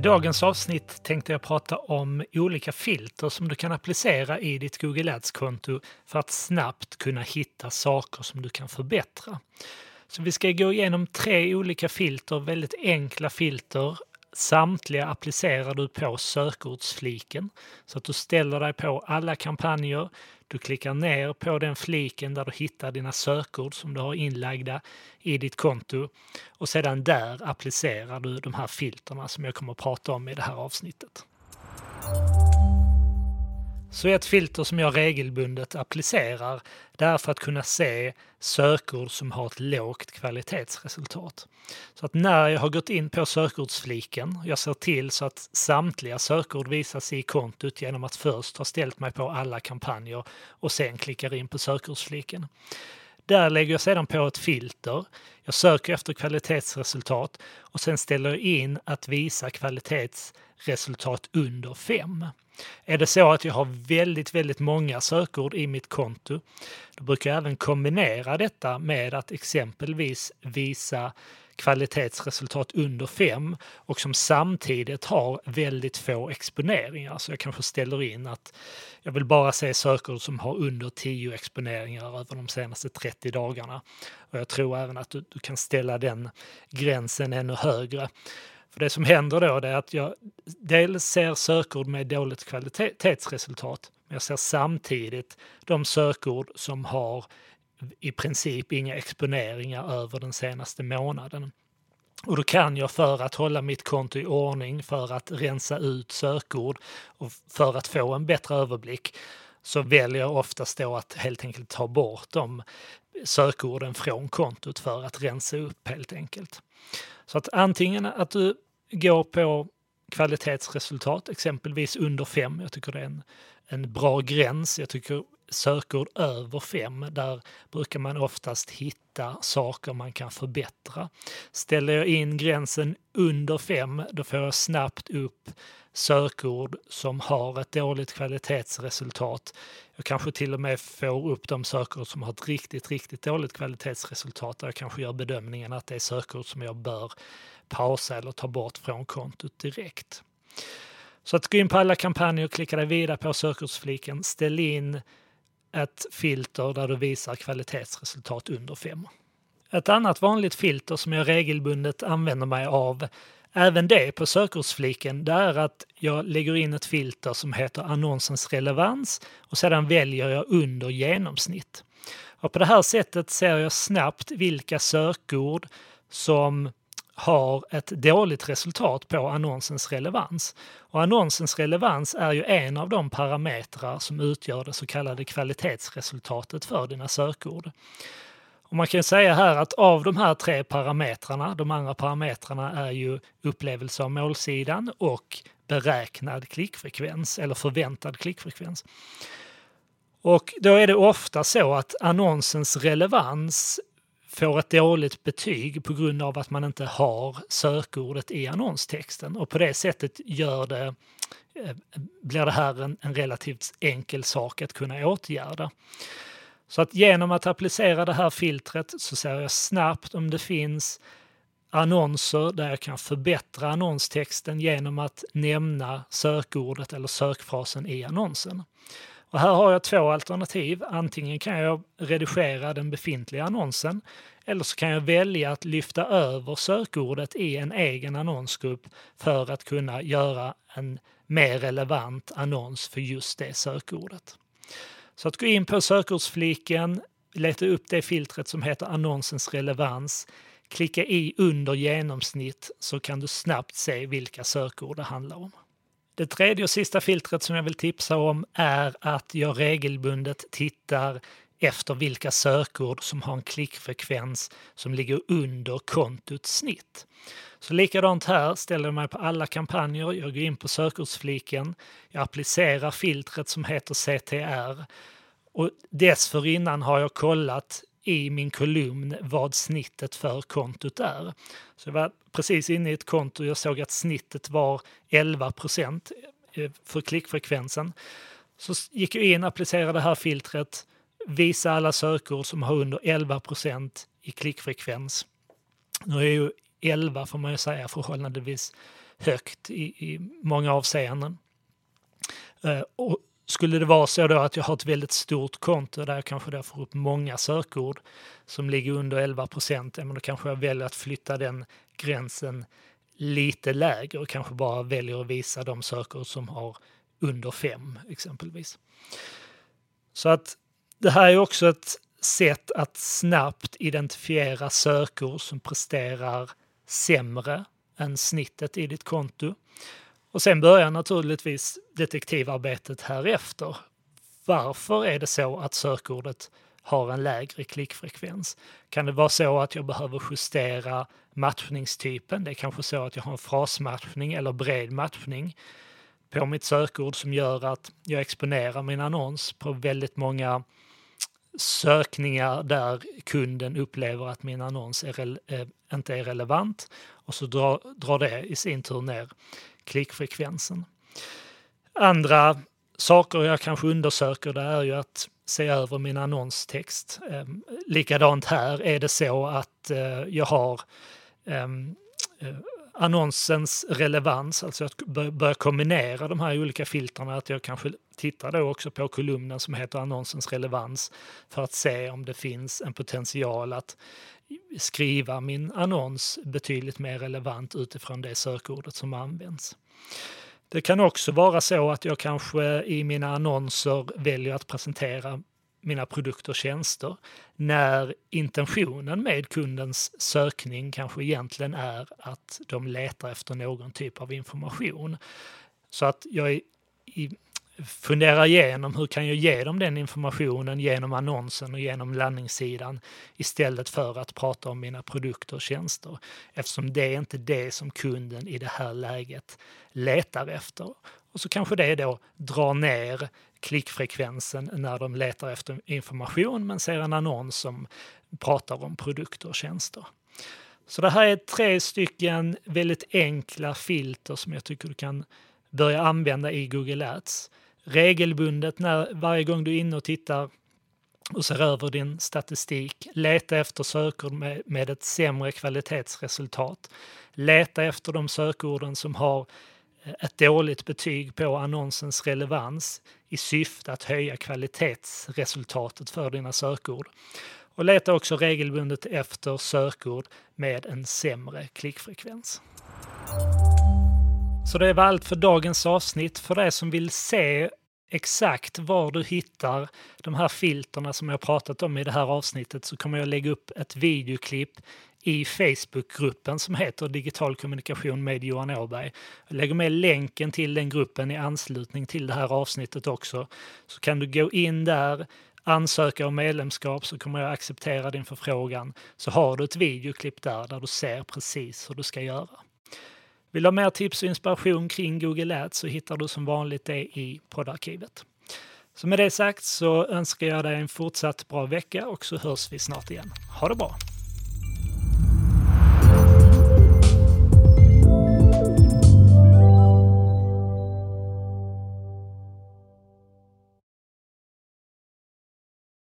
I dagens avsnitt tänkte jag prata om olika filter som du kan applicera i ditt Google Ads-konto för att snabbt kunna hitta saker som du kan förbättra. Så vi ska gå igenom 3 olika filter, väldigt enkla filter. Samtliga applicerar du på sökordsfliken så att du ställer dig på alla kampanjer. Du klickar ner på den fliken där du hittar dina sökord som du har inlagda i ditt konto och sedan där applicerar du de här filterna som jag kommer att prata om i det här avsnittet. Så ett filter som jag regelbundet applicerar, det är för att kunna se sökord som har ett lågt kvalitetsresultat. Så att när jag har gått in på sökordsfliken, jag ser till så att samtliga sökord visas i kontot genom att först ha ställt mig på alla kampanjer och sen klickar in på sökordsfliken. Där lägger jag sedan på ett filter. Jag söker efter kvalitetsresultat och sen ställer jag in att visa kvalitetsresultat under 5. Är det så att jag har väldigt många sökord i mitt konto, då brukar jag även kombinera detta med att exempelvis visa kvalitetsresultat under 5 och som samtidigt har väldigt få exponeringar. Så jag kanske ställer in att jag vill bara se sökord som har under 10 exponeringar över de senaste 30 dagarna. Och jag tror även att du kan ställa den gränsen ännu högre. För det som händer då är att jag dels ser sökord med dåligt kvalitetsresultat, men jag ser samtidigt de sökord som har i princip inga exponeringar över den senaste månaden. Och då kan jag, för att hålla mitt konto i ordning, för att rensa ut sökord och för att få en bättre överblick, så väljer jag oftast då att helt enkelt ta bort de sökorden från kontot för att rensa upp helt enkelt. Så att antingen att du går på kvalitetsresultat, exempelvis under 5. Jag tycker det är en bra gräns. Jag tycker sökord över 5, där brukar man oftast hitta saker man kan förbättra. Ställer jag in gränsen under 5, då får jag snabbt upp sökord som har ett dåligt kvalitetsresultat. Jag kanske till och med får upp de sökord som har ett riktigt dåligt kvalitetsresultat, där jag kanske gör bedömningen att det är sökord som jag bör pausa eller ta bort från kontot direkt. Så att gå in på alla kampanjer och klicka dig vidare på sökordsfliken, ställ in ett filter där du visar kvalitetsresultat under 5. Ett annat vanligt filter som jag regelbundet använder mig av, även det på sökordsfliken, det är att jag lägger in ett filter som heter annonsens relevans och sedan väljer jag under genomsnitt. Och på det här sättet ser jag snabbt vilka sökord som har ett dåligt resultat på annonsens relevans. Och annonsens relevans är ju en av de parametrar som utgör det så kallade kvalitetsresultatet för dina sökord. Och man kan säga här att av de här 3 parametrarna, de andra parametrarna är ju upplevelse av målsidan och beräknad klickfrekvens eller förväntad klickfrekvens. Och då är det ofta så att annonsens relevans får ett dåligt betyg på grund av att man inte har sökordet i annonstexten. Och på det sättet blir det här en relativt enkel sak att kunna åtgärda. Så att genom att applicera det här filtret så ser jag snabbt om det finns annonser där jag kan förbättra annonstexten genom att nämna sökordet eller sökfrasen i annonsen. Och här har jag 2 alternativ. Antingen kan jag redigera den befintliga annonsen eller så kan jag välja att lyfta över sökordet i en egen annonsgrupp för att kunna göra en mer relevant annons för just det sökordet. Så att gå in på sökordsfliken, leta upp det filtret som heter annonsens relevans, klicka i under genomsnitt så kan du snabbt se vilka sökord det handlar om. Det tredje och sista filtret som jag vill tipsa om är att jag regelbundet tittar efter vilka sökord som har en klickfrekvens som ligger under kontots snitt. Så likadant här, ställer jag mig på alla kampanjer, jag går in på sökordsfliken, jag applicerar filtret som heter CTR och dessförinnan har jag kollat i min kolumn vad snittet för kontot är. Så jag var precis inne i ett konto, jag såg att snittet var 11% för klickfrekvensen. Så gick jag in, applicerade det här filtret, visa alla sökord som har under 11% i klickfrekvens. Nu är ju 11 får man ju säga förhållandevis högt i många avseenden. Och skulle det vara så då att jag har ett väldigt stort konto där jag kanske där får upp många sökord som ligger under 11%, men då kanske jag väljer att flytta den gränsen lite lägre och kanske bara väljer att visa de sökord som har under 5 exempelvis. Så att det här är också ett sätt att snabbt identifiera sökord som presterar sämre än snittet i ditt konto. Och sen börjar naturligtvis detektivarbetet här efter. Varför är det så att sökordet har en lägre klickfrekvens? Kan det vara så att jag behöver justera matchningstypen? Det är kanske så att jag har en frasmatchning eller bred matchning på mitt sökord som gör att jag exponerar min annons på väldigt många sökningar där kunden upplever att min annons inte är relevant, och så drar det i sin tur ner klickfrekvensen. Andra saker jag kanske undersöker det är ju att se över min annonstext. Likadant här, är det så att jag har annonsens relevans, alltså att börja kombinera de här olika filtrarna, att jag kanske tittar då också på kolumnen som heter annonsens relevans för att se om det finns en potential att skriva min annons betydligt mer relevant utifrån det sökordet som används. Det kan också vara så att jag kanske i mina annonser väljer att presentera mina produkter och tjänster när intentionen med kundens sökning kanske egentligen är att de letar efter någon typ av information. Så att jag funderar igenom hur kan jag ge dem den informationen genom annonsen och genom landningssidan istället för att prata om mina produkter och tjänster, eftersom det är inte det som kunden i det här läget letar efter. Och så kanske det då drar ner klickfrekvensen när de letar efter information men ser en annons som pratar om produkter och tjänster. Så det här är 3 stycken väldigt enkla filter som jag tycker du kan börja använda i Google Ads. Regelbundet varje gång du är inne och tittar och ser över din statistik, leta efter sökord med ett sämre kvalitetsresultat. Leta efter de sökorden som har ett dåligt betyg på annonsens relevans i syfte att höja kvalitetsresultatet för dina sökord. Och leta också regelbundet efter sökord med en sämre klickfrekvens. Så det var allt för dagens avsnitt. För dig som vill se exakt var du hittar de här filterna som jag pratat om i det här avsnittet, så kommer jag lägga upp ett videoklipp i Facebookgruppen som heter Digital kommunikation med Johan Åberg. Jag lägger med länken till den gruppen i anslutning till det här avsnittet också. Så kan du gå in där, ansöka om medlemskap, så kommer jag acceptera din förfrågan. Så har du ett videoklipp där du ser precis hur du ska göra. Vill du ha mer tips och inspiration kring Google Ads så hittar du som vanligt det i poddarkivet. Så med det sagt så önskar jag dig en fortsatt bra vecka och så hörs vi snart igen. Ha det bra!